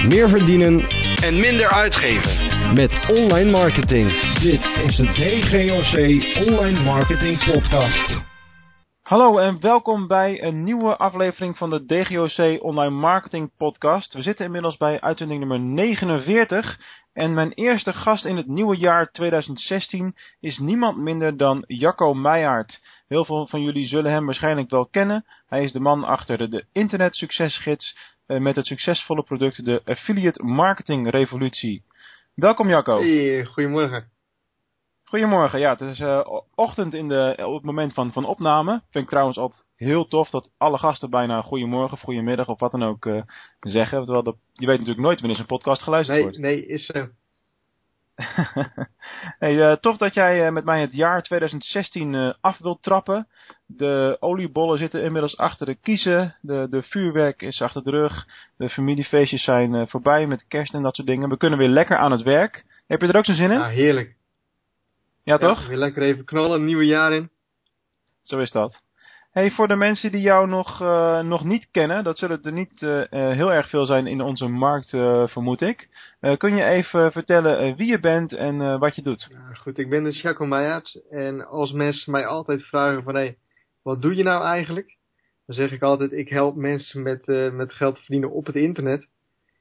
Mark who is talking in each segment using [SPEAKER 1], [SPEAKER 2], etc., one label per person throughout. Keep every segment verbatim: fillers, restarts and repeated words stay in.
[SPEAKER 1] meer verdienen
[SPEAKER 2] en minder uitgeven
[SPEAKER 1] met online marketing.
[SPEAKER 3] Dit is de D G O C Online Marketing Podcast.
[SPEAKER 4] Hallo en welkom bij een nieuwe aflevering van de D G O C Online Marketing Podcast. We zitten inmiddels bij uitzending nummer negenenveertig en mijn eerste gast in het nieuwe jaar tweeduizend zestien is niemand minder dan Jacco Meijaard. Heel veel van jullie zullen hem waarschijnlijk wel kennen. Hij is de man achter de, de internet succesgids uh, met het succesvolle product de Affiliate Marketing Revolutie. Welkom Jacco.
[SPEAKER 5] Hey, goedemorgen.
[SPEAKER 4] Goedemorgen, ja, het is uh, ochtend in de, op het moment van, van opname. Vind ik trouwens altijd heel tof dat alle gasten bijna goedemorgen of goedemiddag of wat dan ook uh, zeggen. Terwijl dat, je weet natuurlijk nooit wanneer zo'n podcast geluisterd
[SPEAKER 5] nee,
[SPEAKER 4] wordt.
[SPEAKER 5] Nee, is zo.
[SPEAKER 4] hey, uh, tof dat jij uh, met mij het jaar tweeduizend zestien uh, af wilt trappen. De oliebollen zitten inmiddels achter de kiezen. De, de vuurwerk is achter de rug. De familiefeestjes zijn uh, voorbij met kerst en dat soort dingen. We kunnen weer lekker aan het werk. Heb je er ook zo'n zin in?
[SPEAKER 5] Ja, heerlijk.
[SPEAKER 4] Ja, toch?
[SPEAKER 5] Ja, weer lekker even knallen, een nieuwe jaar in.
[SPEAKER 4] Zo is dat. Hey, voor de mensen die jou nog, uh, nog niet kennen, dat zullen er niet uh, uh, heel erg veel zijn in onze markt, uh, vermoed ik. Uh, kun je even vertellen uh, wie je bent en uh, wat je doet?
[SPEAKER 5] Ja, goed, ik ben dus Jacco Meijaard. En als mensen mij altijd vragen van, hé, hey, wat doe je nou eigenlijk? Dan zeg ik altijd, ik help mensen met, uh, met geld verdienen op het internet.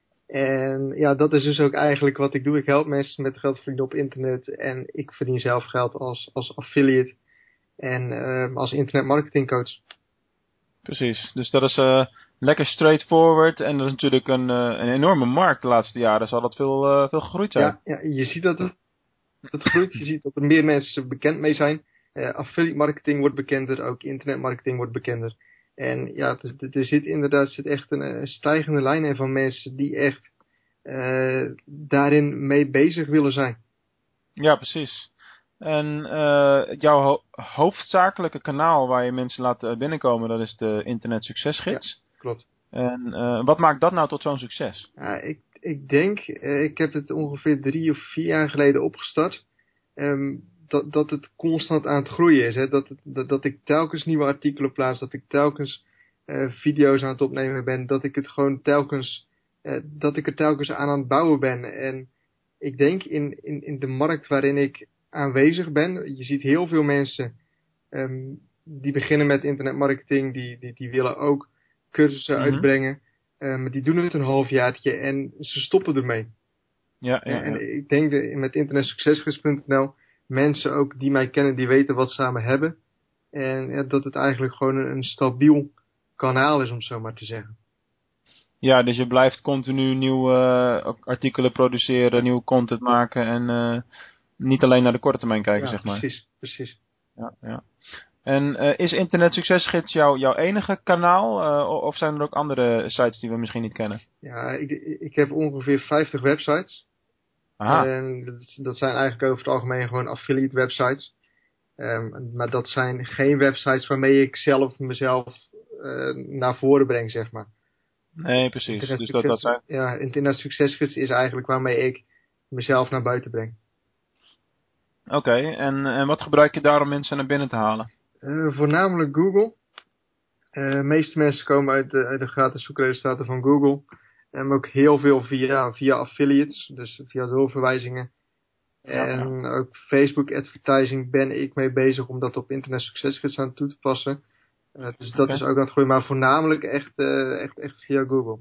[SPEAKER 5] En ja, dat is dus ook eigenlijk wat ik doe. Ik help mensen met geld verdienen op internet. En ik verdien zelf geld als, als affiliate en uh, als internetmarketingcoach.
[SPEAKER 4] Precies, dus dat is uh, lekker straightforward. En dat is natuurlijk een, uh, een enorme markt de laatste jaren. Zal dat veel, uh, veel gegroeid zijn?
[SPEAKER 5] Ja, ja, je ziet dat het, dat het groeit. Je ziet dat er meer mensen bekend mee zijn. Uh, affiliate marketing wordt bekender, ook internetmarketing wordt bekender. En ja, er zit inderdaad zit echt een, een stijgende lijn in van mensen die echt uh, daarin mee bezig willen zijn.
[SPEAKER 4] Ja, precies. En uh, jouw ho- hoofdzakelijke kanaal waar je mensen laat uh, binnenkomen, dat is de Internet Succesgids.
[SPEAKER 5] Ja, klopt.
[SPEAKER 4] En uh, wat maakt dat nou tot zo'n succes?
[SPEAKER 5] Ja, ik, ik denk, uh, ik heb het ongeveer drie of vier jaar geleden opgestart. Um, Dat, dat het constant aan het groeien is. Hè? Dat, het, dat, dat ik telkens nieuwe artikelen plaats. Dat ik telkens uh, video's aan het opnemen ben. Dat ik het gewoon telkens. Uh, dat ik er telkens aan aan het bouwen ben. En ik denk in, in, in de markt waarin ik aanwezig ben. Je ziet heel veel mensen. Um, die beginnen met internetmarketing. Die, die, die willen ook cursussen mm-hmm. uitbrengen. Maar um, die doen het een halfjaartje. En ze stoppen ermee.
[SPEAKER 4] Ja, ja, ja.
[SPEAKER 5] En ik denk de, met internetsuccesgids punt n l. Mensen ook die mij kennen, die weten wat ze aan me hebben. En ja, dat het eigenlijk gewoon een, een stabiel kanaal is, om zo maar te zeggen.
[SPEAKER 4] Ja, dus je blijft continu nieuwe uh, artikelen produceren, nieuwe content maken en uh, niet alleen naar de korte termijn kijken,
[SPEAKER 5] ja,
[SPEAKER 4] zeg maar.
[SPEAKER 5] precies, precies.
[SPEAKER 4] Ja, ja. En uh, is Internet Succesgids jou, jouw enige kanaal? Uh, of zijn er ook andere sites die we misschien niet kennen?
[SPEAKER 5] Ja, ik, ik heb ongeveer vijftig websites.
[SPEAKER 4] Aha.
[SPEAKER 5] En dat, dat zijn eigenlijk over het algemeen gewoon affiliate websites. Um, maar dat zijn geen websites waarmee ik zelf mezelf uh, naar voren breng, zeg maar.
[SPEAKER 4] Nee, precies.
[SPEAKER 5] Internet
[SPEAKER 4] dus
[SPEAKER 5] succes,
[SPEAKER 4] dat, dat zijn...
[SPEAKER 5] Ja, Internet Succesgids is eigenlijk waarmee ik mezelf naar buiten breng.
[SPEAKER 4] Oké, okay. en, en wat gebruik je daar om mensen naar binnen te halen?
[SPEAKER 5] Uh, voornamelijk Google. Uh, de meeste mensen komen uit de, uit de gratis zoekresultaten van Google. En ook heel veel via, via affiliates, dus via doorverwijzingen. Ja, en ja. Ook Facebook advertising ben ik mee bezig om dat op Internet Succesgids aan toe te passen. Uh, dus dat okay. is ook aan het groeien, maar voornamelijk echt, uh, echt, echt via Google.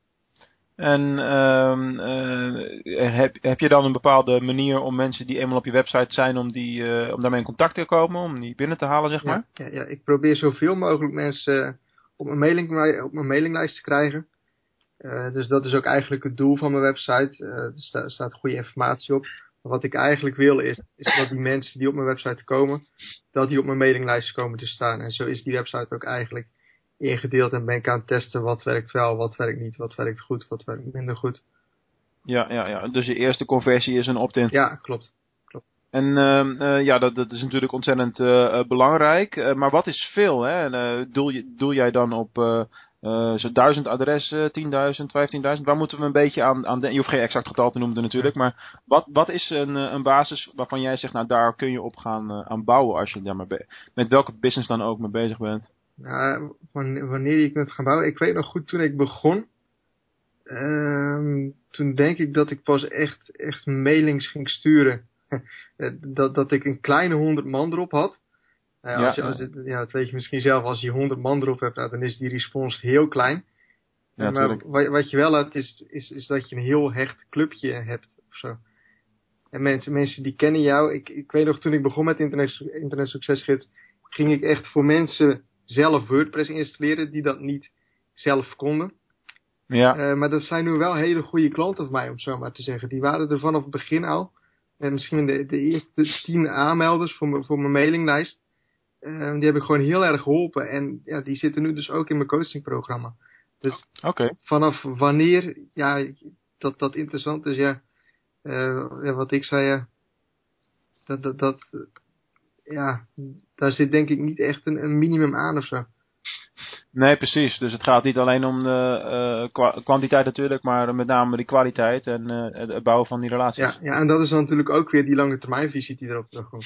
[SPEAKER 4] En uh, uh, heb, heb je dan een bepaalde manier om mensen die eenmaal op je website zijn, om, die, uh, om daarmee in contact te komen, om die binnen te halen, zeg maar?
[SPEAKER 5] Ja, ja, ja. Ik probeer zoveel mogelijk mensen uh, op, mijn mailing, op mijn mailinglijst te krijgen. Uh, dus dat is ook eigenlijk het doel van mijn website. Uh, er, sta, er staat goede informatie op. Maar wat ik eigenlijk wil is, is dat die mensen die op mijn website komen, dat die op mijn mailinglijst komen te staan. En zo is die website ook eigenlijk ingedeeld en ben ik aan het testen wat werkt wel, wat werkt niet, wat werkt goed, wat werkt minder goed.
[SPEAKER 4] Ja, ja, ja. Dus je eerste conversie is een opt-in.
[SPEAKER 5] Ja, klopt. klopt.
[SPEAKER 4] En uh, uh, ja, dat, dat is natuurlijk ontzettend uh, belangrijk. Uh, maar wat is veel? Hè? Uh, doel, je, doel jij dan op uh, uh, zo'n duizend adressen, tienduizend, vijftienduizend? Waar moeten we een beetje aan, aan denken? Je hoeft geen exact getal te noemen natuurlijk. Ja. Maar wat, wat is een, een basis waarvan jij zegt, nou daar kun je op gaan uh, aan bouwen als je daar maar be- met welke business dan ook mee bezig bent?
[SPEAKER 5] Nou, wanneer ik het ga bouwen. Ik weet nog goed toen ik begon. Um, toen denk ik dat ik pas echt, echt mailings ging sturen. dat, dat ik een kleine honderd man erop had. Uh,
[SPEAKER 4] ja,
[SPEAKER 5] als je, als je, ja, dat weet je misschien zelf. Als je honderd man erop hebt, nou, dan is die respons heel klein.
[SPEAKER 4] Ja,
[SPEAKER 5] maar wat, wat je wel hebt, is, is, is dat je een heel hecht clubje hebt. Of zo. En mensen, mensen die kennen jou. Ik, ik weet nog, toen ik begon met Internet, Internet Succesgids, ging ik echt voor mensen zelf WordPress installeren die dat niet zelf konden.
[SPEAKER 4] Ja.
[SPEAKER 5] Uh, maar dat zijn nu wel hele goede klanten van mij, om zo maar te zeggen. Die waren er vanaf het begin al. En misschien de, de eerste tien aanmelders voor, me, voor mijn mailinglijst. Uh, die heb ik gewoon heel erg geholpen. En ja, die zitten nu dus ook in mijn coachingprogramma. Dus
[SPEAKER 4] okay.
[SPEAKER 5] Vanaf wanneer ja, dat, dat interessant is, ja, uh, ja wat ik zei, ja, dat, dat, dat, ja, daar zit denk ik niet echt een, een minimum aan of zo.
[SPEAKER 4] Nee, precies. Dus het gaat niet alleen om de uh, kwa- kwantiteit natuurlijk, maar met name de kwaliteit en uh, het bouwen van die relaties.
[SPEAKER 5] Ja, ja, en dat is dan natuurlijk ook weer die lange termijnvisie die erop terugkomt.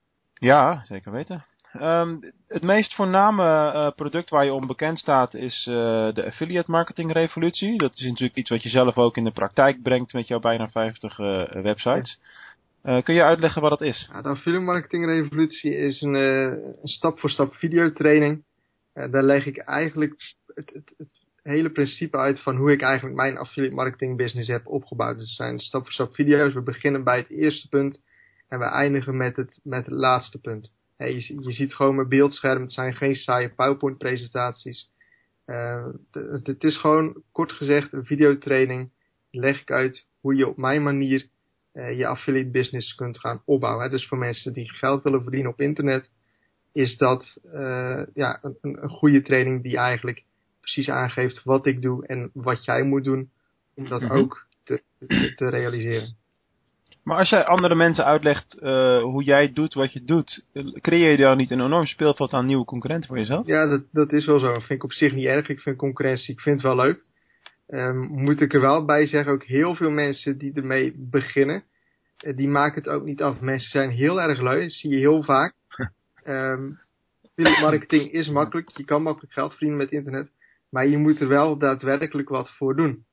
[SPEAKER 4] Ja, zeker weten. Um, het meest voorname uh, product waar je om bekend staat is uh, de affiliate marketing revolutie. Dat is natuurlijk iets wat je zelf ook in de praktijk brengt met jouw bijna vijftig uh, websites. Ja. Uh, kun je uitleggen wat dat is?
[SPEAKER 5] Ja, de affiliate marketing revolutie is een, uh, een stap voor stap videotraining. Uh, daar leg ik eigenlijk het, het, het hele principe uit van hoe ik eigenlijk mijn affiliate marketing business heb opgebouwd. Dus het zijn stap voor stap video's. We beginnen bij het eerste punt en we eindigen met het, met het laatste punt. Hey, je, je ziet gewoon mijn beeldscherm. Het zijn geen saaie PowerPoint presentaties. Uh, het, het is gewoon, kort gezegd, een videotraining. Leg ik uit hoe je op mijn manier uh, je affiliate business kunt gaan opbouwen. Hè. Dus voor mensen die geld willen verdienen op internet, is dat uh, ja, een, een goede training die eigenlijk precies aangeeft wat ik doe en wat jij moet doen om dat mm-hmm. ook te, te, te realiseren.
[SPEAKER 4] Maar als jij andere mensen uitlegt uh, hoe jij doet wat je doet, creëer je dan niet een enorm speelveld aan nieuwe concurrenten voor jezelf?
[SPEAKER 5] Ja, dat, dat is wel zo. Dat vind ik op zich niet erg. Ik vind concurrentie, ik vind het wel leuk. Um, moet ik er wel bij zeggen, ook heel veel mensen die ermee beginnen, uh, die maken het ook niet af. Mensen zijn heel erg lui, dat zie je heel vaak. Um, marketing is makkelijk, je kan makkelijk geld verdienen met internet, maar je moet er wel daadwerkelijk wat voor doen.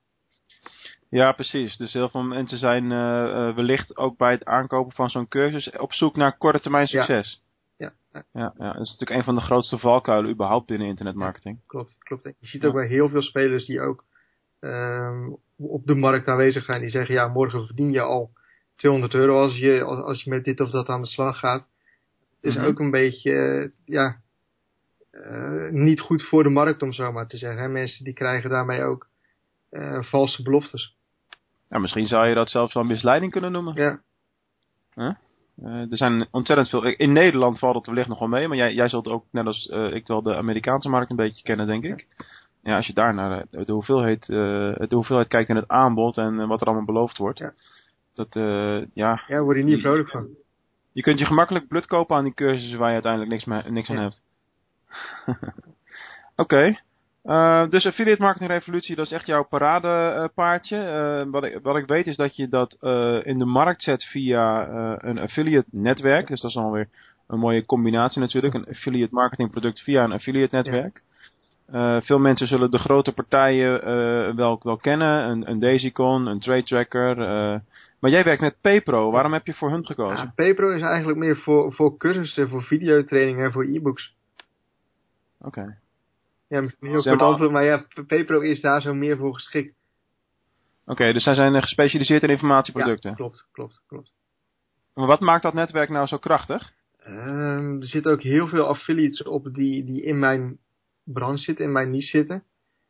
[SPEAKER 4] Ja, precies. Dus heel veel mensen zijn uh, uh, wellicht ook bij het aankopen van zo'n cursus op zoek naar korte termijn succes.
[SPEAKER 5] Ja. Ja,
[SPEAKER 4] ja. ja, ja. Dat is natuurlijk een van de grootste valkuilen überhaupt binnen internetmarketing.
[SPEAKER 5] Ja, klopt, klopt. Je ziet ook ja. bij heel veel spelers die ook um, op de markt aanwezig zijn. Die zeggen, ja, morgen verdien je al tweehonderd euro als je, als, als je met dit of dat aan de slag gaat. Het is mm-hmm. ook een beetje, uh, ja, uh, niet goed voor de markt om zo maar te zeggen. Hè. Mensen die krijgen daarmee ook uh, valse beloftes.
[SPEAKER 4] Ja, misschien zou je dat zelfs wel misleiding kunnen noemen.
[SPEAKER 5] Ja.
[SPEAKER 4] Huh? Uh, er zijn ontzettend veel. In Nederland valt het wellicht nog wel mee, maar jij, jij zult ook, net als uh, ik, wel de Amerikaanse markt een beetje kennen, denk ik. Ja, als je daar naar de, de, hoeveelheid, uh, de hoeveelheid kijkt in het aanbod en uh, wat er allemaal beloofd wordt.
[SPEAKER 5] Ja.
[SPEAKER 4] Dat, uh, ja.
[SPEAKER 5] Ja, word je niet vrolijk van.
[SPEAKER 4] Je kunt je gemakkelijk blut kopen aan die cursussen waar je uiteindelijk niks, mee, niks ja. aan hebt. Oké. Okay. Uh, dus affiliate marketing revolutie, dat is echt jouw paradepaardje. Uh, wat, ik, wat ik weet is dat je dat uh, in de markt zet via uh, een affiliate netwerk. Dus dat is alweer een mooie combinatie natuurlijk. Een affiliate marketing product via een affiliate netwerk. Uh, veel mensen zullen de grote partijen uh, wel, wel kennen. Een, een Daisycon, een Trade Tracker. Uh, maar jij werkt met PayPro. Waarom heb je voor hun gekozen?
[SPEAKER 5] Ja, PayPro is eigenlijk meer voor, voor cursussen, voor videotrainingen en voor e-books.
[SPEAKER 4] Oké. Okay.
[SPEAKER 5] Ja, misschien heel kort antwoord, maar ja, PayPro is daar zo meer voor geschikt.
[SPEAKER 4] Oké, okay, dus zij zijn gespecialiseerd in informatieproducten.
[SPEAKER 5] Ja, klopt, klopt, klopt.
[SPEAKER 4] Maar wat maakt dat netwerk nou zo krachtig?
[SPEAKER 5] Um, er zitten ook heel veel affiliates op die, die in mijn branche zitten, in mijn niche zitten.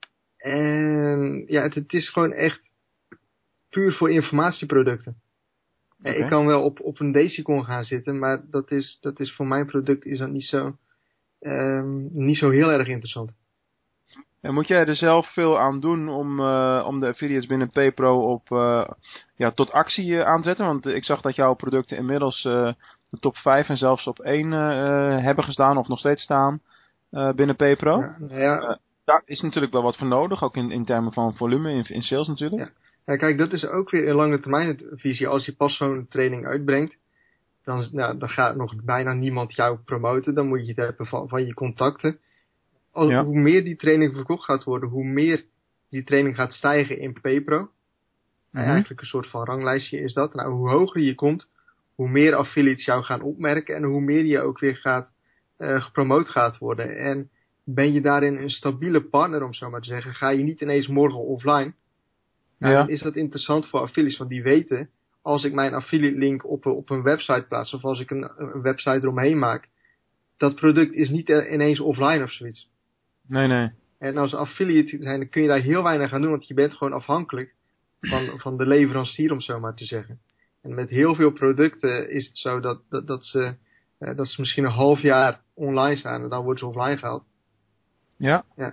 [SPEAKER 5] En ja, het, het is gewoon echt puur voor informatieproducten. Okay. Ik kan wel op, op een Daisycon gaan zitten, maar dat is, dat is voor mijn product is dat niet zo, um, niet zo heel erg interessant.
[SPEAKER 4] En moet jij er zelf veel aan doen om, uh, om de affiliates binnen PayPro op, uh, ja, tot actie uh, aan te zetten? Want ik zag dat jouw producten inmiddels uh, de top vijf en zelfs op één uh, hebben gestaan of nog steeds staan uh, binnen PayPro.
[SPEAKER 5] Ja, nou ja.
[SPEAKER 4] uh, daar is natuurlijk wel wat voor nodig, ook in, in termen van volume, in, in sales natuurlijk.
[SPEAKER 5] Ja. Ja, kijk, dat is ook weer een lange termijn visie. Als je pas zo'n training uitbrengt, dan, nou, dan gaat nog bijna niemand jou promoten. Dan moet je het hebben van, van je contacten. Als, ja. Hoe meer die training verkocht gaat worden, hoe meer die training gaat stijgen in PayPro.
[SPEAKER 4] Mm-hmm.
[SPEAKER 5] Eigenlijk een soort van ranglijstje is dat. Nou, hoe hoger je komt, hoe meer affiliates jou gaan opmerken en hoe meer je ook weer gaat, uh, gepromoot gaat worden. En ben je daarin een stabiele partner, om zo maar te zeggen, ga je niet ineens morgen offline. Nou,
[SPEAKER 4] ja.
[SPEAKER 5] Dan is dat interessant voor affiliates, want die weten, als ik mijn affiliate link op, op een website plaats of als ik een, een website eromheen maak, dat product is niet ineens offline of zoiets.
[SPEAKER 4] Nee, nee.
[SPEAKER 5] En als affiliate zijn, dan kun je daar heel weinig aan doen, want je bent gewoon afhankelijk van, van de leverancier, om zo maar te zeggen. En met heel veel producten is het zo dat, dat, dat, ze, uh, dat ze misschien een half jaar online staan en dan worden ze offline gehaald.
[SPEAKER 4] Ja.
[SPEAKER 5] Ja.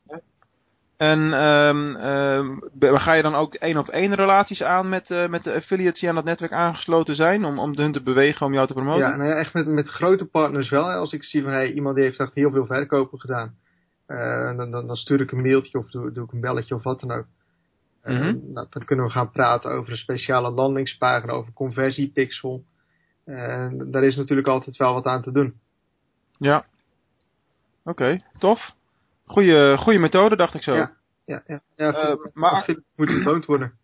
[SPEAKER 4] En um, um, ga je dan ook één op één relaties aan met, uh, met de affiliates die aan dat netwerk aangesloten zijn, om, om hun te bewegen om jou te promoten?
[SPEAKER 5] Ja, nou ja, echt met, met grote partners wel. Hè. Als ik zie van, hey, iemand die heeft echt heel veel verkopen gedaan, uh, dan, dan, dan stuur ik een mailtje of doe, doe ik een belletje of wat dan ook. Uh,
[SPEAKER 4] mm-hmm.
[SPEAKER 5] nou, dan kunnen we gaan praten over een speciale landingspagina, over conversiepixel. Uh, daar is natuurlijk altijd wel wat aan te doen.
[SPEAKER 4] Ja. Oké, okay, tof. Goeie, goeie methode, dacht ik zo.
[SPEAKER 5] Ja, ja, ja. ja
[SPEAKER 4] uh, maar
[SPEAKER 5] het moet beloond worden.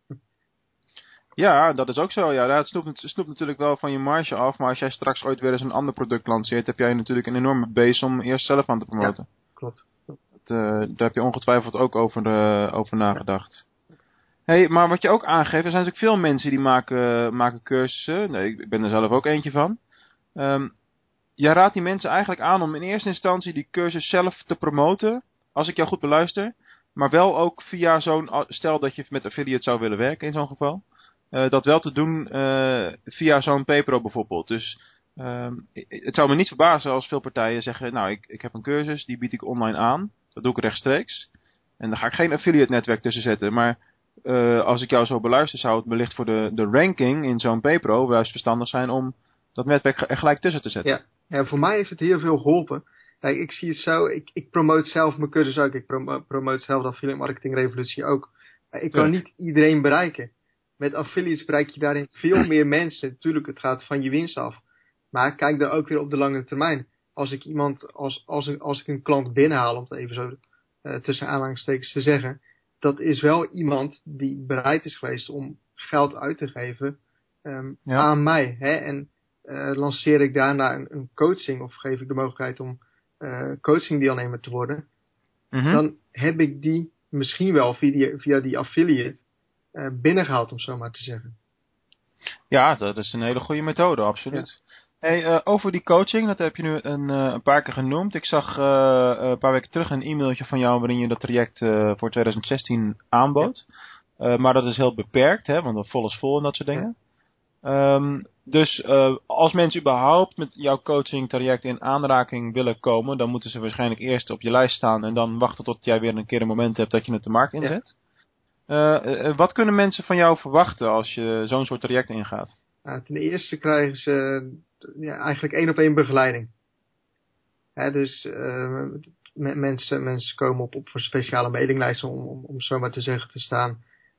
[SPEAKER 4] Ja, dat is ook zo. Ja, dat snoept, snoept natuurlijk wel van je marge af. Maar als jij straks ooit weer eens een ander product lanceert, heb jij natuurlijk een enorme base om eerst zelf aan te promoten.
[SPEAKER 5] Ja, klopt. klopt.
[SPEAKER 4] Dat, uh, daar heb je ongetwijfeld ook over, uh, over nagedacht. Ja. Hey, maar wat je ook aangeeft, er zijn natuurlijk veel mensen die maken, maken cursussen. Nee, ik ben er zelf ook eentje van. Um, jij raadt die mensen eigenlijk aan om in eerste instantie die cursus zelf te promoten, als ik jou goed beluister. Maar wel ook via zo'n, stel dat je met affiliate zou willen werken in zo'n geval. Uh, dat wel te doen uh, via zo'n PayPro bijvoorbeeld. Dus uh, het zou me niet verbazen als veel partijen zeggen, nou ik, ik heb een cursus, die bied ik online aan. Dat doe ik rechtstreeks. En daar ga ik geen affiliate netwerk tussen zetten. Maar uh, als ik jou zo beluister, zou het wellicht voor de, de ranking in zo'n PayPro juist verstandig zijn om dat netwerk er gelijk tussen te zetten.
[SPEAKER 5] Ja, ja, voor mij heeft het heel veel geholpen. Kijk, ik zie het zo, ik, ik promoot zelf mijn cursus ook. Ik promo- promoot zelf de affiliate marketing revolutie ook. Ik kan niet iedereen bereiken. Met affiliates bereik je daarin veel meer mensen. Natuurlijk, het gaat van je winst af. Maar kijk daar ook weer op de lange termijn. Als ik iemand, als, als, ik, als ik een klant binnenhaal, om het even zo uh, tussen aanhalingstekens te zeggen. Dat is wel iemand die bereid is geweest om geld uit te geven um, ja. aan mij. Hè? En uh, lanceer ik daarna een, een coaching of geef ik de mogelijkheid om uh, coachingdeelnemer te worden. Mm-hmm. Dan heb ik die misschien wel via, via die affiliate Uh, binnengehaald, om zo maar te zeggen.
[SPEAKER 4] Ja, dat is een hele goede methode, absoluut. Ja. Hey, uh, over die coaching, dat heb je nu een, uh, een paar keer genoemd. Ik zag uh, een paar weken terug een e-mailtje van jou waarin je dat traject uh, voor twintig zestien aanbood. Ja. Uh, maar dat is heel beperkt, hè, want dat vol is vol en dat soort dingen. Ja. Um, dus uh, als mensen überhaupt met jouw coaching traject in aanraking willen komen, dan moeten ze waarschijnlijk eerst op je lijst staan en dan wachten tot jij weer een keer een moment hebt dat je het de markt inzet. Ja. Uh, uh, wat kunnen mensen van jou verwachten als je zo'n soort traject ingaat?
[SPEAKER 5] Nou, ten eerste krijgen ze uh, ja, eigenlijk één op één begeleiding. Hè, dus uh, m- mensen, mensen komen op, op voor speciale mailinglijsten om, om, om zo maar te zeggen te staan.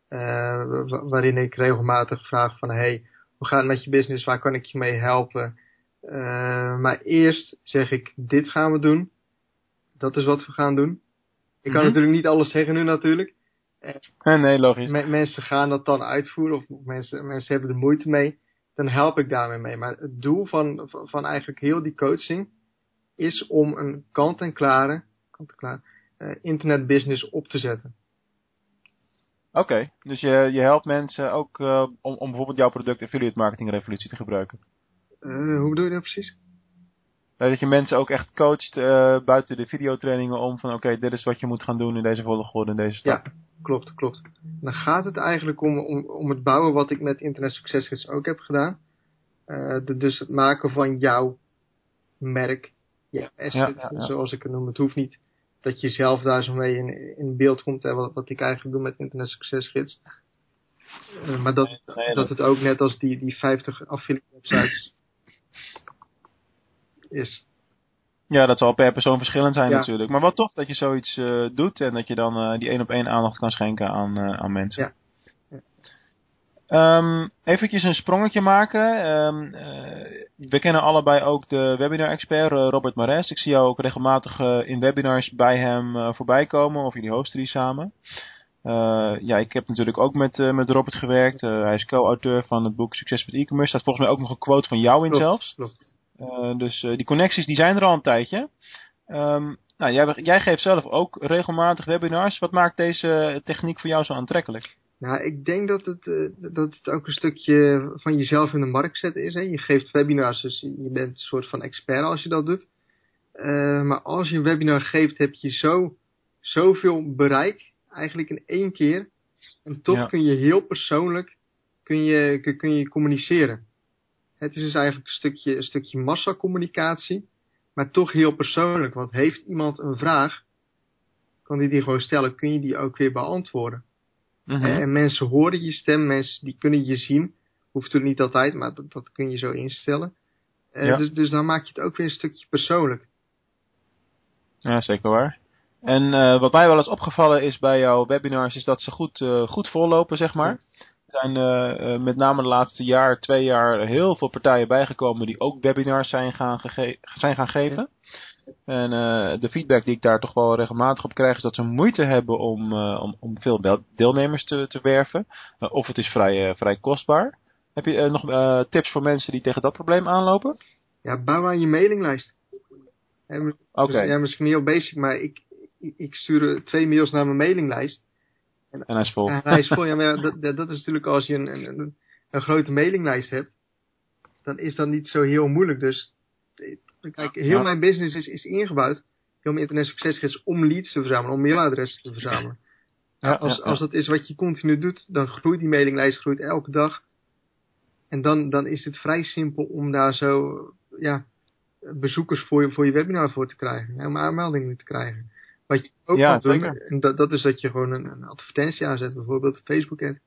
[SPEAKER 5] Uh, wa- waarin ik regelmatig vraag van hey, hoe gaat het met je business? Waar kan ik je mee helpen? Uh, maar eerst zeg ik, dit gaan we doen. Dat is wat we gaan doen. Ik kan mm-hmm. natuurlijk niet alles zeggen nu natuurlijk.
[SPEAKER 4] Uh, nee, logisch.
[SPEAKER 5] Me- mensen gaan dat dan uitvoeren of mensen, mensen hebben er moeite mee. Dan help ik daarmee mee. Maar het doel van, van, van eigenlijk heel die coaching is om een kant-en-klare kant-en-klare uh, internetbusiness op te zetten.
[SPEAKER 4] Oké, okay, dus je, je helpt mensen ook uh, om, om bijvoorbeeld jouw product affiliate marketing revolutie te gebruiken.
[SPEAKER 5] Uh, hoe bedoel je dat precies?
[SPEAKER 4] Dat je mensen ook echt coacht uh, buiten de videotrainingen om van oké, okay, dit is wat je moet gaan doen in deze volgorde, in deze stap.
[SPEAKER 5] Ja, klopt, klopt. Dan gaat het eigenlijk om, om, om het bouwen wat ik met Internet Success Gids ook heb gedaan. Uh, de, dus het maken van jouw merk, jouw asset, ja, ja, ja. zoals ik het noem. Het hoeft niet dat je zelf daar zo mee in, in beeld komt, hè, wat, wat ik eigenlijk doe met Internet Success Gids. Uh, maar dat, nee, nee, dat het ook net als die, die vijftig affiliate websites is.
[SPEAKER 4] Ja, dat zal per persoon verschillend zijn ja. natuurlijk. Maar wat tof dat je zoiets uh, doet en dat je dan uh, die één op één aandacht kan schenken aan, uh, aan mensen.
[SPEAKER 5] Ja.
[SPEAKER 4] Ja. Um, eventjes een sprongetje maken. Um, uh, we kennen allebei ook de webinar-expert uh, Robert Mares. Ik zie jou ook regelmatig uh, in webinars bij hem uh, voorbij komen of jullie hosten die samen. Uh, ja, ik heb natuurlijk ook met, uh, met Robert gewerkt. Uh, hij is co-auteur van het boek Succes met e-commerce. Er staat volgens mij ook nog een quote van jou in
[SPEAKER 5] klopt,
[SPEAKER 4] zelfs.
[SPEAKER 5] Klopt.
[SPEAKER 4] Uh, dus uh, die connecties die zijn er al een tijdje. Um, nou, jij, jij geeft zelf ook regelmatig webinars. Wat maakt deze techniek voor jou zo aantrekkelijk?
[SPEAKER 5] Nou, ik denk dat het, uh, dat het ook een stukje van jezelf in de markt zetten is. Hè? Je geeft webinars, dus je bent een soort van expert als je dat doet. Uh, maar als je een webinar geeft, heb je zo, zoveel bereik, eigenlijk in één keer. En toch ja. kun je heel persoonlijk kun je, kun je communiceren. Het is dus eigenlijk een stukje, een stukje massacommunicatie, maar toch heel persoonlijk. Want heeft iemand een vraag, kan die die gewoon stellen, kun je die ook weer beantwoorden. Mm-hmm. En mensen horen je stem, mensen die kunnen je zien. Hoeft er niet altijd, maar dat, dat kun je zo instellen. Uh, ja. dus, dus dan maak je het ook weer een stukje persoonlijk.
[SPEAKER 4] Ja, zeker waar. En uh, wat mij wel eens opgevallen is bij jouw webinars, is dat ze goed, uh, goed vollopen, zeg maar. Er zijn uh, uh, met name de laatste jaar, twee jaar, heel veel partijen bijgekomen die ook webinars zijn gaan, gege- zijn gaan geven. Ja. En uh, de feedback die ik daar toch wel regelmatig op krijg, is dat ze moeite hebben om, uh, om, om veel deelnemers te, te werven. Uh, of het is vrij, uh, vrij kostbaar. Heb je uh, nog uh, tips voor mensen die tegen dat probleem aanlopen?
[SPEAKER 5] Ja, bouw aan je mailinglijst. Oké. Okay. Ja, misschien heel basic, maar ik, ik, ik stuur twee mails naar mijn mailinglijst.
[SPEAKER 4] En, en hij is vol.
[SPEAKER 5] En hij is vol, ja, maar dat, dat is natuurlijk als je een, een, een grote mailinglijst hebt, dan is dat niet zo heel moeilijk. Dus, kijk, heel ja. mijn business is, is ingebouwd, heel mijn internet succesgids, om leads te verzamelen, om mailadressen te verzamelen. Ja, als, ja, ja. als dat is wat je continu doet, dan groeit die mailinglijst groeit elke dag. En dan, dan is het vrij simpel om daar zo, ja, bezoekers voor je, voor je webinar voor te krijgen. Ja, om aanmeldingen te krijgen. Wat je ook
[SPEAKER 4] ja,
[SPEAKER 5] kan doen, en dat, dat is dat je gewoon een, een advertentie aanzet, bijvoorbeeld een Facebook ad.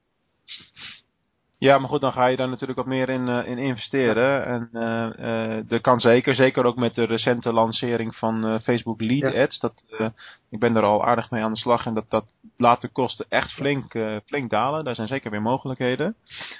[SPEAKER 4] Ja, maar goed, dan ga je daar natuurlijk wat meer in, uh, in investeren. Ja. En uh, uh, dat kan zeker, zeker ook met de recente lancering van uh, Facebook Lead ja. Ads. Dat, uh, ik ben er al aardig mee aan de slag en dat, dat laat de kosten echt flink, uh, flink dalen. Daar zijn zeker weer mogelijkheden.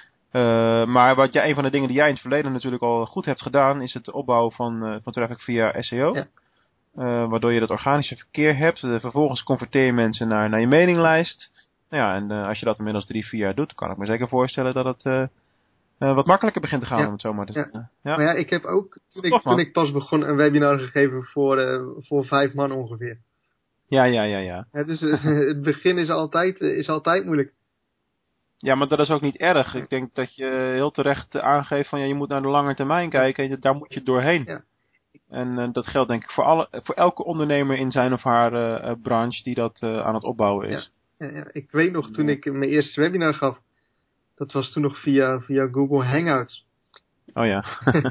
[SPEAKER 4] Uh, maar wat jij, een van de dingen die jij in het verleden natuurlijk al goed hebt gedaan, is het opbouwen van, uh, van traffic via S E O. Ja. Uh, waardoor je dat organische verkeer hebt. Uh, vervolgens converteer je mensen naar, naar je mailinglijst. Nou ja, en uh, als je dat inmiddels drie, vier jaar doet, kan ik me zeker voorstellen dat het uh, uh, wat makkelijker begint te gaan. Ja. Om het zo maar te zeggen. Ja. Ja.
[SPEAKER 5] Maar ja, ik heb ook, toen ik, Toch, toen ik pas begon, een webinar gegeven voor, uh, voor vijf man ongeveer.
[SPEAKER 4] Ja, ja, ja, ja.
[SPEAKER 5] ja dus uh, het begin is altijd, uh, is altijd moeilijk.
[SPEAKER 4] Ja, maar dat is ook niet erg. Ik denk dat je heel terecht aangeeft van ja, je moet naar de lange termijn kijken en daar moet je doorheen. Ja. En uh, dat geldt denk ik voor, alle, voor elke ondernemer in zijn of haar uh, branche die dat uh, aan het opbouwen is.
[SPEAKER 5] Ja. Ja, ja. Ik weet nog toen ik mijn eerste webinar gaf, dat was toen nog via, via Google Hangouts.
[SPEAKER 4] Oh ja.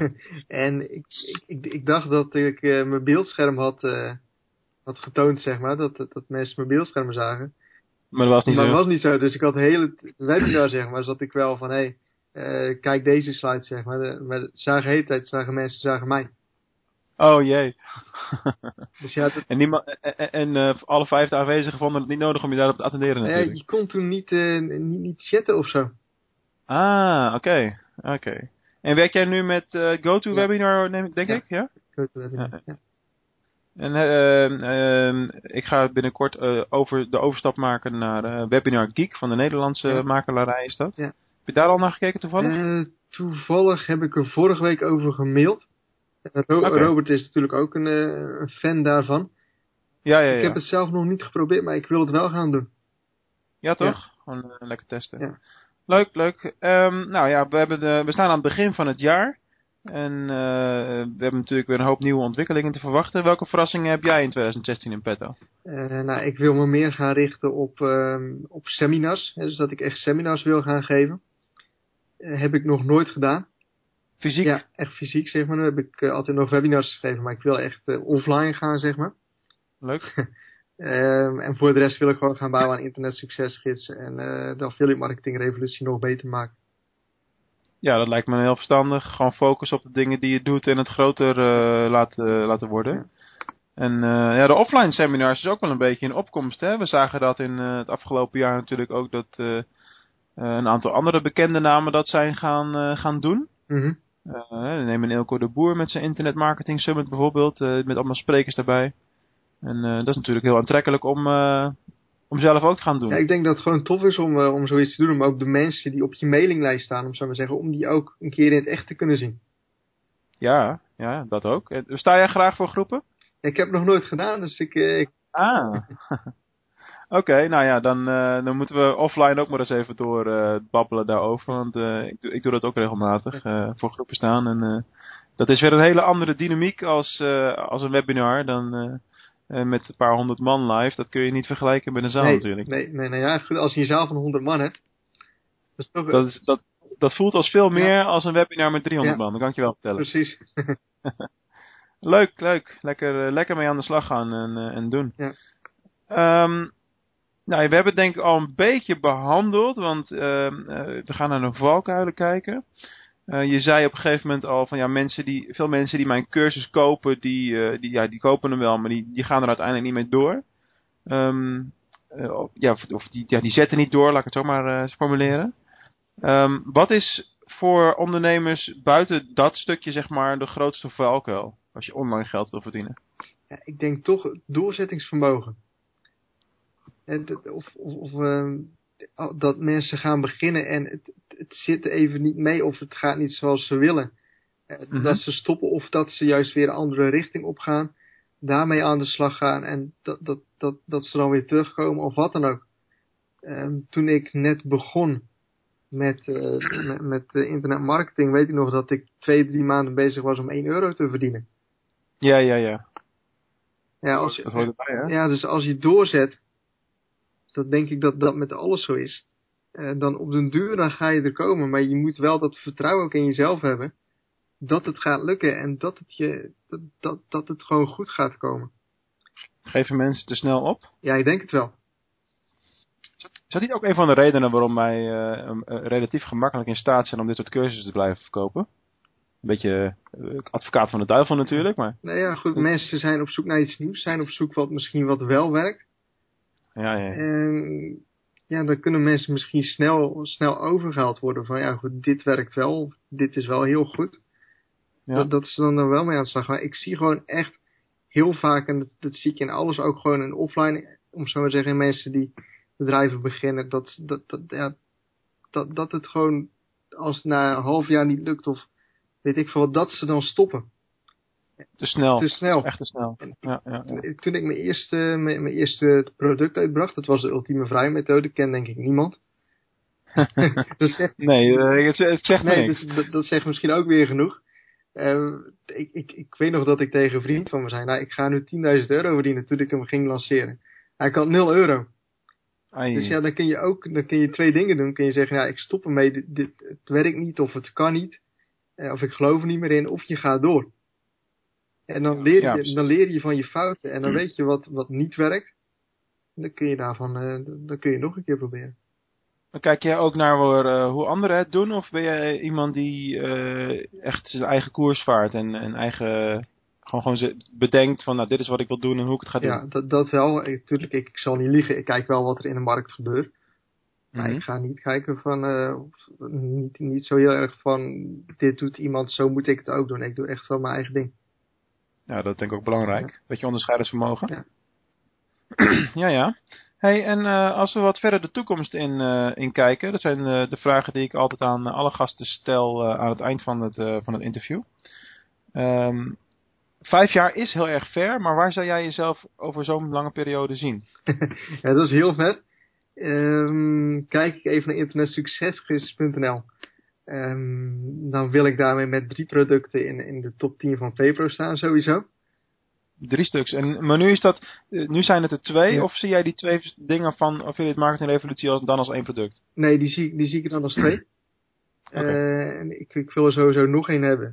[SPEAKER 5] En ik, ik, ik, ik dacht dat ik uh, mijn beeldscherm had, uh, had getoond, zeg maar, dat, dat mensen mijn beeldschermen zagen.
[SPEAKER 4] Maar dat was niet
[SPEAKER 5] maar
[SPEAKER 4] zo.
[SPEAKER 5] Maar dat was niet zo, dus ik had een hele webinar, zeg maar, zat ik wel van, hé, hey, uh, kijk deze slide, zeg maar. De, maar zagen de hele tijd, zagen mensen, zagen mij.
[SPEAKER 4] Oh jee.
[SPEAKER 5] Dus ja, dat...
[SPEAKER 4] En, niemand, en, en uh, alle vijf de aanwezigen vonden het niet nodig om je daarop te attenderen natuurlijk.
[SPEAKER 5] Ja, je kon toen niet, uh, niet, niet chatten of zo.
[SPEAKER 4] Ah, oké. Okay. Oké. Okay. En werk jij nu met uh, GoToWebinar, ja. denk
[SPEAKER 5] ja.
[SPEAKER 4] ik? Ja,
[SPEAKER 5] GoToWebinar, ja. ja.
[SPEAKER 4] En uh, uh, ik ga binnenkort uh, over de overstap maken naar uh, Webinar Geek van de Nederlandse ja. makelarij, is dat? Ja. Heb je daar al naar gekeken toevallig?
[SPEAKER 5] Uh, toevallig heb ik er vorige week over gemaild. Ro- okay. Robert is natuurlijk ook een, uh, een fan daarvan.
[SPEAKER 4] Ja, ja, ja.
[SPEAKER 5] Ik heb het zelf nog niet geprobeerd, maar ik wil het wel gaan doen.
[SPEAKER 4] Ja, toch? Ja. Gewoon uh, lekker testen. Ja. Leuk, leuk. Um, nou ja, we, hebben de, we staan aan het begin van het jaar. En uh, we hebben natuurlijk weer een hoop nieuwe ontwikkelingen te verwachten. Welke verrassingen heb jij in twintig zestien in petto?
[SPEAKER 5] Uh, nou, ik wil me meer gaan richten op, uh, op seminars. Hè, dus dat ik echt seminars wil gaan geven. Uh, heb ik nog nooit gedaan.
[SPEAKER 4] Fysiek?
[SPEAKER 5] Ja, echt fysiek, zeg maar. Dan heb ik uh, altijd nog webinars gegeven, maar ik wil echt uh, offline gaan, zeg maar.
[SPEAKER 4] Leuk.
[SPEAKER 5] um, en voor de rest wil ik gewoon gaan bouwen aan internet succesgids en uh, de affiliate marketing revolutie nog beter maken.
[SPEAKER 4] Ja, dat lijkt me heel verstandig. Gewoon focus op de dingen die je doet en het groter uh, laten, laten worden. Ja. En uh, ja, de offline seminars is ook wel een beetje in opkomst. Hè? We zagen dat in uh, het afgelopen jaar natuurlijk ook dat uh, uh, een aantal andere bekende namen dat zijn gaan, uh, gaan doen.
[SPEAKER 5] Mm-hmm.
[SPEAKER 4] Uh, neem een Eelco de Boer met zijn Internet Marketing Summit bijvoorbeeld, uh, met allemaal sprekers daarbij. En uh, dat is natuurlijk heel aantrekkelijk om, uh, om zelf ook te gaan doen.
[SPEAKER 5] Ja, ik denk dat het gewoon tof is om, uh, om zoiets te doen. Om ook de mensen die op je mailinglijst staan, om zo maar zeggen, om die ook een keer in het echt te kunnen zien.
[SPEAKER 4] Ja, ja, dat ook. Uh, sta jij graag voor groepen?
[SPEAKER 5] Ik heb het nog nooit gedaan, dus ik... Uh, ik...
[SPEAKER 4] Ah. Oké, okay, nou ja, dan, uh, dan moeten we offline ook maar eens even door uh, babbelen daarover. Want uh, ik, doe, ik doe dat ook regelmatig, uh, voor groepen staan. En uh, dat is weer een hele andere dynamiek als, uh, als een webinar dan uh, uh, met een paar honderd man live. Dat kun je niet vergelijken met een zaal
[SPEAKER 5] nee,
[SPEAKER 4] natuurlijk.
[SPEAKER 5] Nee, nee, nou ja, goed, als je een zaal van honderd man hebt. Dat, is toch...
[SPEAKER 4] dat, is, dat, dat voelt als veel meer ja. als een webinar met driehonderd ja. man, dat kan ik je wel vertellen.
[SPEAKER 5] Precies.
[SPEAKER 4] Leuk, leuk. Lekker, uh, lekker mee aan de slag gaan en, uh, en doen.
[SPEAKER 5] Ja.
[SPEAKER 4] Um, nou, we hebben het denk ik al een beetje behandeld, want uh, uh, we gaan naar de valkuilen kijken. Uh, je zei op een gegeven moment al van ja, mensen die, veel mensen die mijn cursus kopen, die, uh, die, ja, die kopen hem wel, maar die, die gaan er uiteindelijk niet mee door. Um, uh, ja, of, of die, ja, die zetten niet door, laat ik het zo maar uh, formuleren. Um, wat is voor ondernemers buiten dat stukje zeg maar de grootste valkuil als je online geld wil verdienen?
[SPEAKER 5] Ja, ik denk toch doorzettingsvermogen. Of, of, of uh, dat mensen gaan beginnen en het, het zit even niet mee of het gaat niet zoals ze willen. Mm-hmm. Dat ze stoppen of dat ze juist weer een andere richting opgaan. Daarmee aan de slag gaan en dat, dat, dat, dat ze dan weer terugkomen of wat dan ook. Um, toen ik net begon met, uh, met, met uh, internetmarketing, weet ik nog dat ik twee, drie maanden bezig was om één euro te verdienen.
[SPEAKER 4] Ja, ja, ja.
[SPEAKER 5] Ja, als je,
[SPEAKER 4] dat hoort erbij, hè?
[SPEAKER 5] Ja, dus als je doorzet, dat denk ik dat dat met alles zo is. Uh, dan op den duur dan ga je er komen, maar je moet wel dat vertrouwen ook in jezelf hebben. Dat het gaat lukken en dat het, je, dat, dat, dat het gewoon goed gaat komen.
[SPEAKER 4] Geven mensen te snel op?
[SPEAKER 5] Ja, ik denk het wel.
[SPEAKER 4] Is dat niet ook een van de redenen waarom wij uh, uh, relatief gemakkelijk in staat zijn om dit soort cursussen te blijven verkopen? Een beetje uh, advocaat van de duivel natuurlijk, maar...
[SPEAKER 5] Nou ja, goed, mensen zijn op zoek naar iets nieuws, zijn op zoek wat misschien wat wel werkt.
[SPEAKER 4] Ja, ja.
[SPEAKER 5] En ja, dan kunnen mensen misschien snel, snel overgehaald worden van ja goed, dit werkt wel, dit is wel heel goed. Ja. Dat, dat ze dan er wel mee aan de slag. Maar ik zie gewoon echt heel vaak, en dat, dat zie ik in alles ook gewoon in offline, om zo maar te zeggen, mensen die bedrijven beginnen, dat, dat, dat, ja, dat, dat het gewoon als het na een half jaar niet lukt of weet ik veel wat, dat ze dan stoppen.
[SPEAKER 4] Te snel.
[SPEAKER 5] Te snel.
[SPEAKER 4] Echt te snel. Ja, ja, ja.
[SPEAKER 5] Toen ik mijn eerste, mijn, mijn eerste product uitbracht, dat was de ultieme vrijmethode, ken denk ik niemand. dat zegt,
[SPEAKER 4] nee, uh, het, het zegt
[SPEAKER 5] nee,
[SPEAKER 4] niks.
[SPEAKER 5] Dus, dat, dat zegt misschien ook weer genoeg. Uh, ik, ik, ik weet nog dat ik tegen een vriend van me zei, nou ik ga nu tienduizend euro verdienen toen ik hem ging lanceren. Hij had nul euro. Ai. Dus ja, dan kun je ook, dan kun je twee dingen doen. Kun je zeggen, ja, ik stop ermee, dit, dit, het werkt niet of het kan niet. Uh, of ik geloof er niet meer in, of je gaat door. En dan leer je, ja, dan leer je van je fouten en dan weet je wat, wat niet werkt. En dan kun je daarvan, uh, dan kun je nog een keer proberen.
[SPEAKER 4] Maar kijk jij ook naar uh, hoe anderen het doen? Of ben jij iemand die uh, echt zijn eigen koers vaart en, en eigen, gewoon, gewoon bedenkt van nou dit is wat ik wil doen en hoe ik het ga doen?
[SPEAKER 5] Ja, dat, dat wel. Natuurlijk, ik, ik zal niet liegen. Ik kijk wel wat er in de markt gebeurt. Maar mm-hmm. ik ga niet kijken van, uh, niet, niet zo heel erg van dit doet iemand, zo moet ik het ook doen. Ik doe echt wel mijn eigen ding.
[SPEAKER 4] Ja, dat denk ik ook belangrijk. Ja. Dat je onderscheidingsvermogen.
[SPEAKER 5] Ja.
[SPEAKER 4] ja, ja. Hey, en uh, als we wat verder de toekomst in, uh, in kijken. Dat zijn uh, de vragen die ik altijd aan uh, alle gasten stel uh, aan het eind van het, uh, van het interview. Um, vijf jaar is heel erg ver, maar waar zou jij jezelf over zo'n lange periode zien?
[SPEAKER 5] ja, dat is heel ver. Um, kijk ik even naar internetsuccesgids punt n l. Um, dan wil ik daarmee met drie producten in, in de top tien van Vepro staan sowieso.
[SPEAKER 4] Drie stuks. En, maar nu is dat, nu zijn het er twee, ja. Of zie jij die twee dingen van Affiliate Marketing Revolutie als, dan als één product?
[SPEAKER 5] Nee, die zie, die zie ik dan als twee. Okay. Uh, en ik, ik wil er sowieso nog één hebben.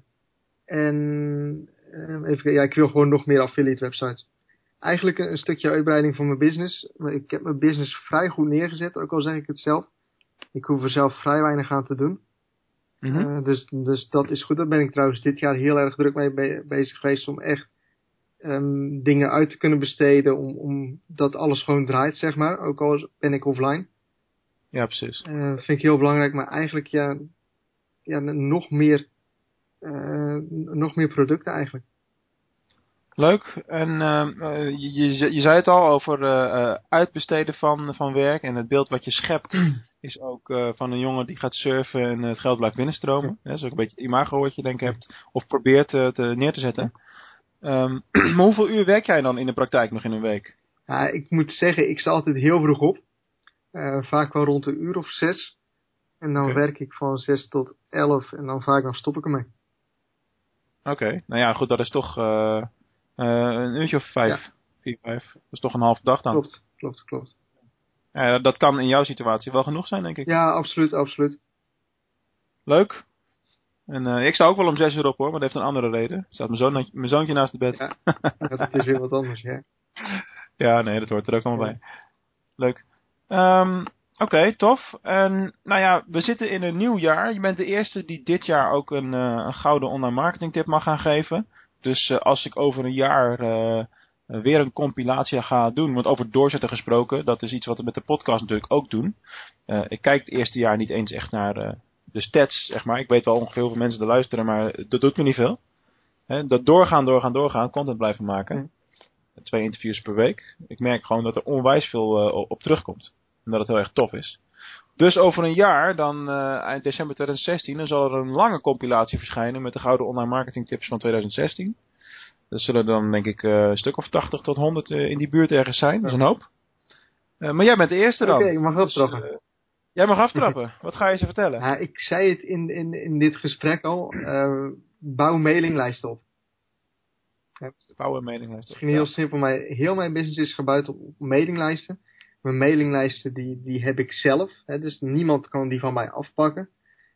[SPEAKER 5] En uh, even, ja, ik wil gewoon nog meer affiliate websites. Eigenlijk een, een stukje uitbreiding van mijn business. Ik heb mijn business vrij goed neergezet, ook al zeg ik het zelf. Ik hoef er zelf vrij weinig aan te doen. Mm-hmm. Uh, dus, dus dat is goed. Daar ben ik trouwens dit jaar heel erg druk mee be- bezig geweest om echt um, dingen uit te kunnen besteden. Om, om dat alles gewoon draait, zeg maar. Ook al ben ik offline.
[SPEAKER 4] Ja, precies.
[SPEAKER 5] Uh, vind ik heel belangrijk. Maar eigenlijk ja, ja nog meer, uh, nog meer producten eigenlijk.
[SPEAKER 4] Leuk. En uh, je, je, je zei het al over uh, uitbesteden van, van werk. En het beeld wat je schept is ook uh, van een jongen die gaat surfen en uh, het geld blijft binnenstromen. Ja. Dat is ook een beetje het imago wat je denk ik hebt. Of probeert uh, te, neer te zetten. Um, maar hoeveel uur werk jij dan in de praktijk nog in een week?
[SPEAKER 5] Ja, ik moet zeggen, ik sta altijd heel vroeg op. Uh, vaak wel rond een uur of zes. En dan okay. werk ik van zes tot elf. En dan vaak dan stop ik ermee.
[SPEAKER 4] Oké. Okay. Nou ja, goed. Dat is toch... Uh... Uh, een uurtje of vijf, ja. vier, vijf. Dat is toch een halve dag dan?
[SPEAKER 5] Klopt, klopt, klopt.
[SPEAKER 4] Ja, dat kan in jouw situatie wel genoeg zijn, denk ik.
[SPEAKER 5] Ja, absoluut, absoluut.
[SPEAKER 4] Leuk. En uh, ik sta ook wel om zes uur op hoor, maar dat heeft een andere reden. Er staat mijn, zoon, mijn zoontje naast het bed.
[SPEAKER 5] Ja, dat is weer wat anders, ja.
[SPEAKER 4] Ja, nee, dat hoort er ook allemaal ja. bij. Leuk. Um, Oké, okay, tof. En nou ja, we zitten in een nieuw jaar. Je bent de eerste die dit jaar ook een, uh, een gouden online marketing tip mag gaan geven. Dus uh, als ik over een jaar uh, uh, weer een compilatie ga doen, want over doorzetten gesproken, dat is iets wat we met de podcast natuurlijk ook doen. Uh, ik kijk het eerste jaar niet eens echt naar uh, de stats, zeg maar. Ik weet wel ongeveer hoeveel mensen er luisteren, maar dat doet me niet veel. He, dat doorgaan, doorgaan, doorgaan, content blijven maken. Mm. Twee interviews per week. Ik merk gewoon dat er onwijs veel uh, op terugkomt. En dat het heel erg tof is. Dus over een jaar, dan uh, eind december twintig zestien, dan zal er een lange compilatie verschijnen met de gouden online marketing tips van twintig zestien. Dat zullen dan denk ik uh, een stuk of tachtig tot honderd uh, in die buurt ergens zijn. Dat is een hoop. Uh, maar jij bent de eerste dan.
[SPEAKER 5] Oké, okay, ik mag aftrappen.
[SPEAKER 4] Dus, uh, jij mag aftrappen. Wat ga je ze vertellen?
[SPEAKER 5] Ja, ik zei het in, in, in dit gesprek al. Uh, bouw mailinglijsten op.
[SPEAKER 4] Bouw een mailinglijst op.
[SPEAKER 5] Misschien heel ja. simpel, maar heel mijn business is gebouwd op, op mailinglijsten. Mijn mailinglijsten die, die heb ik zelf. Hè, dus niemand kan die van mij afpakken.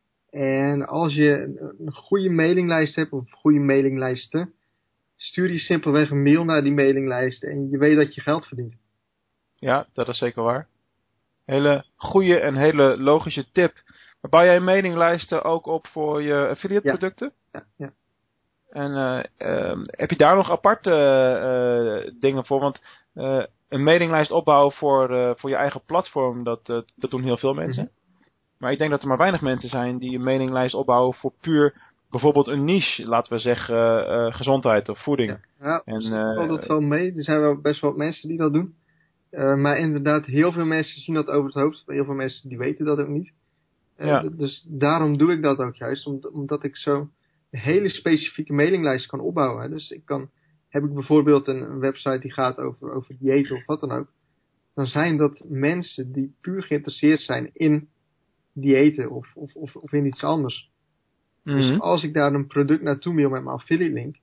[SPEAKER 5] En als je een, een goede mailinglijst hebt, of goede mailinglijsten, stuur je simpelweg een mail naar die mailinglijst en je weet dat je geld verdient.
[SPEAKER 4] Ja, dat is zeker waar. Hele goede en hele logische tip. Maar bouw jij mailinglijsten ook op voor je affiliate
[SPEAKER 5] ja.
[SPEAKER 4] producten?
[SPEAKER 5] Ja, ja.
[SPEAKER 4] En uh, uh, heb je daar nog aparte uh, dingen voor? Want uh, een mailinglijst opbouwen voor, uh, voor je eigen platform, dat, uh, dat doen heel veel mensen. Mm-hmm. Maar ik denk dat er maar weinig mensen zijn die een mailinglijst opbouwen voor puur bijvoorbeeld een niche. Laten we zeggen uh, uh, gezondheid of voeding.
[SPEAKER 5] Ja, ja
[SPEAKER 4] en,
[SPEAKER 5] uh, valt dat wel mee. Er zijn wel best wel mensen die dat doen. Uh, maar inderdaad, heel veel mensen zien dat over het hoofd. Heel veel mensen die weten dat ook niet. Uh, ja. d- dus daarom doe ik dat ook juist. Omdat, omdat ik zo een hele specifieke mailinglijst kan opbouwen. Dus ik kan, heb ik bijvoorbeeld een, een website die gaat over, over diëten of wat dan ook. Dan zijn dat mensen die puur geïnteresseerd zijn in diëten of, of, of, of in iets anders. Mm-hmm. Dus als ik daar een product naartoe mail met mijn affiliate link,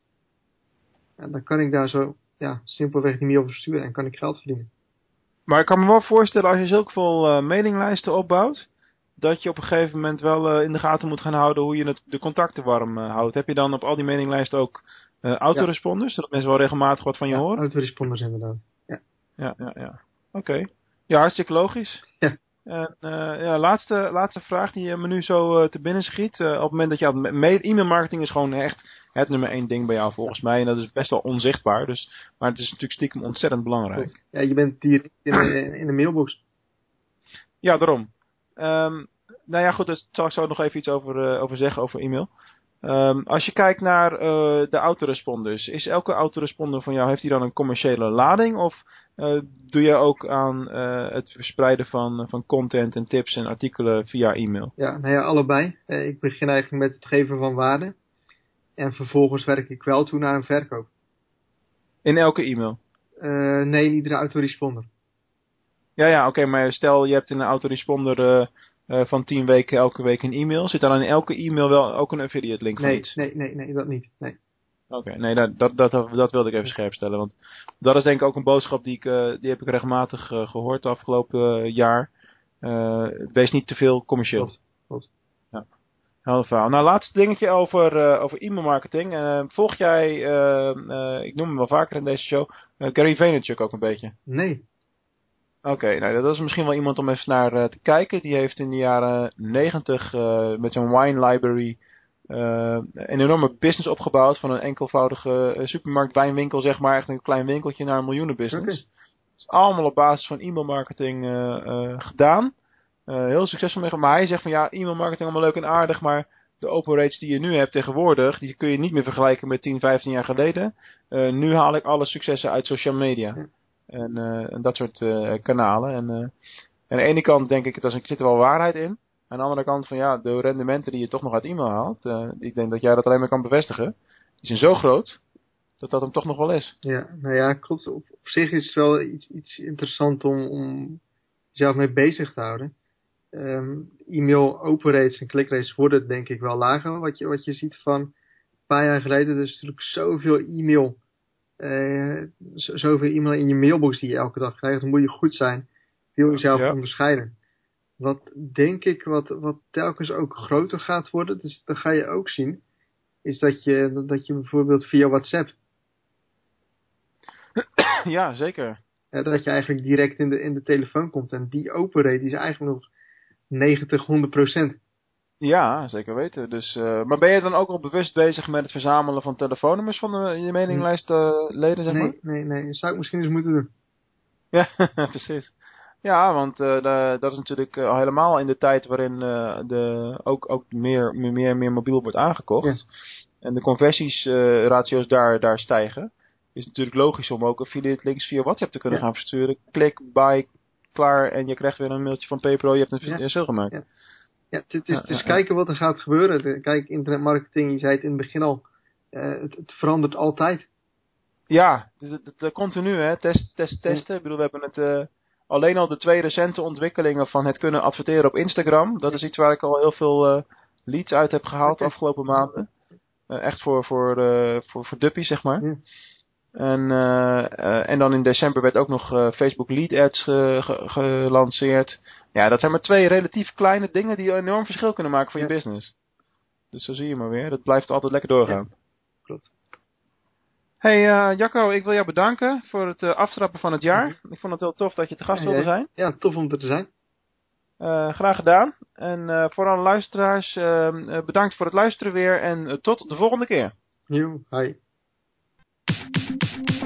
[SPEAKER 5] ja, dan kan ik daar zo ja, simpelweg die mail versturen en kan ik geld verdienen.
[SPEAKER 4] Maar ik kan me wel voorstellen als je zulke veel uh, mailinglijsten opbouwt, dat je op een gegeven moment wel uh, in de gaten moet gaan houden hoe je het, de contacten warm uh, houdt. Heb je dan op al die mailinglijsten ook uh, autoresponders, ja. zodat mensen wel regelmatig wat van je
[SPEAKER 5] ja,
[SPEAKER 4] horen?
[SPEAKER 5] Autoresponders inderdaad. Ja,
[SPEAKER 4] ja, ja. ja. Oké. Okay. Ja, hartstikke logisch.
[SPEAKER 5] Ja.
[SPEAKER 4] En uh, ja, laatste, laatste vraag die me nu zo uh, te binnen schiet. Uh, op het moment dat je aan e-mail marketing is gewoon echt het nummer één ding bij jou volgens mij. En dat is best wel onzichtbaar. Dus, maar het is natuurlijk stiekem ontzettend belangrijk.
[SPEAKER 5] Ja, je bent direct in de, in de mailbox.
[SPEAKER 4] Ja, daarom. Um, nou ja, goed, daar zal ik zo nog even iets over, uh, over zeggen, over e-mail. Um, als je kijkt naar uh, de autoresponders, is elke autoresponder van jou, heeft die dan een commerciële lading? Of uh, doe je ook aan uh, het verspreiden van, van content en tips en artikelen via e-mail?
[SPEAKER 5] Ja, nou ja, allebei. Uh, ik begin eigenlijk met het geven van waarde. En vervolgens werk ik wel toe naar een verkoop.
[SPEAKER 4] In elke e-mail?
[SPEAKER 5] Uh, nee, in iedere autoresponder.
[SPEAKER 4] Ja, ja, oké, okay, maar stel je hebt in een autoresponder uh, uh, van tien weken elke week een e-mail. Zit dan in elke e-mail wel ook een affiliate link
[SPEAKER 5] nee,
[SPEAKER 4] van iets?
[SPEAKER 5] Nee, nee, nee, dat niet. Nee.
[SPEAKER 4] Oké, okay, nee, dat, dat, dat, dat wilde ik even scherp stellen. Want dat is denk ik ook een boodschap die ik, uh, die heb ik regelmatig uh, gehoord de afgelopen uh, jaar. Uh, wees niet te veel commercieel.
[SPEAKER 5] Klopt, klopt.
[SPEAKER 4] Ja. Helder verhaal. Nou, laatste dingetje over, uh, over e-mailmarketing. Uh, volg jij, uh, uh, ik noem hem wel vaker in deze show, uh, Gary Vaynerchuk ook een beetje?
[SPEAKER 5] Nee.
[SPEAKER 4] Oké, okay, nou dat is misschien wel iemand om even naar uh, te kijken. Die heeft in de jaren negentig uh, met zijn wine library uh, een enorme business opgebouwd. Van een enkelvoudige uh, supermarkt wijnwinkel, zeg maar. Echt een klein winkeltje naar een miljoenenbusiness. Okay. Het is allemaal op basis van e-mailmarketing uh, uh, gedaan. Uh, heel succesvol mee. Maar hij zegt van ja, e-mailmarketing allemaal leuk en aardig. Maar de open rates die je nu hebt tegenwoordig, die kun je niet meer vergelijken met tien, vijftien jaar geleden. Uh, nu haal ik alle successen uit social media. Ja. En, uh, en dat soort uh, kanalen. En, uh, en aan de ene kant denk ik, er zit er wel waarheid in. Aan de andere kant van ja, de rendementen die je toch nog uit e-mail haalt. Uh, ik denk dat jij dat alleen maar kan bevestigen. Die zijn zo groot dat dat hem toch nog wel is.
[SPEAKER 5] Ja, nou ja, klopt. Op, op zich is het wel iets, iets interessant om, om jezelf mee bezig te houden. Um, e-mail open rates en click rates worden denk ik wel lager. Wat je, wat je ziet van een paar jaar geleden. Er is natuurlijk zoveel e-mail. Uh, zoveel e-mail in je mailbox die je elke dag krijgt. Dan moet je goed zijn. Wil jezelf ja. onderscheiden. Wat denk ik, wat, wat telkens ook groter gaat worden. Dus dat ga je ook zien. Is dat je, dat je bijvoorbeeld via WhatsApp.
[SPEAKER 4] Ja, zeker.
[SPEAKER 5] Ja, dat je eigenlijk direct in de, in de telefoon komt. En die open rate die is eigenlijk nog negentig, honderd procent.
[SPEAKER 4] Ja, zeker weten. Dus, uh, maar ben je dan ook al bewust bezig met het verzamelen van telefoonnummers van de, je meninglijst uh, leden, zeg
[SPEAKER 5] nee,
[SPEAKER 4] maar?
[SPEAKER 5] Nee, nee, dat zou ik misschien eens moeten doen.
[SPEAKER 4] Ja, precies. Ja, want uh, de, dat is natuurlijk uh, al helemaal in de tijd waarin uh, de, ook, ook meer, meer en meer mobiel wordt aangekocht. Ja. En de conversiesratio's uh, daar, daar stijgen. Is het natuurlijk logisch om ook affiliate links via WhatsApp te kunnen ja. gaan versturen. Klik, buy, klaar en je krijgt weer een mailtje van PayPro. Je hebt een ja. sale gemaakt.
[SPEAKER 5] Ja, ja het, het is, het is ja, kijken wat er gaat gebeuren. De, kijk, internetmarketing, je zei het in het begin al. Uh, het, het verandert altijd.
[SPEAKER 4] Ja, het, het, het, continu hè. Test, test, testen. Ja. Ik bedoel, we hebben het... Uh, alleen al de twee recente ontwikkelingen van het kunnen adverteren op Instagram. Dat is iets waar ik al heel veel uh, leads uit heb gehaald okay. de afgelopen maanden. Uh, echt voor, voor, uh, voor, voor duppies, zeg maar. Ja. En, uh, uh, en dan in december werd ook nog uh, Facebook Lead Ads ge, ge, gelanceerd. Ja, dat zijn maar twee relatief kleine dingen die een enorm verschil kunnen maken voor ja. je business. Dus zo zie je maar weer. Dat blijft altijd lekker doorgaan.
[SPEAKER 5] Ja. Klopt.
[SPEAKER 4] Hey uh, Jacco, ik wil jou bedanken voor het uh, aftrappen van het jaar. Mm-hmm. Ik vond het heel tof dat je te gast ja, wilde zijn.
[SPEAKER 5] Ja, tof om er te zijn.
[SPEAKER 4] Uh, graag gedaan. En uh, voor alle luisteraars, uh, uh, bedankt voor het luisteren weer. En uh, tot de volgende keer.
[SPEAKER 5] Jo, hi.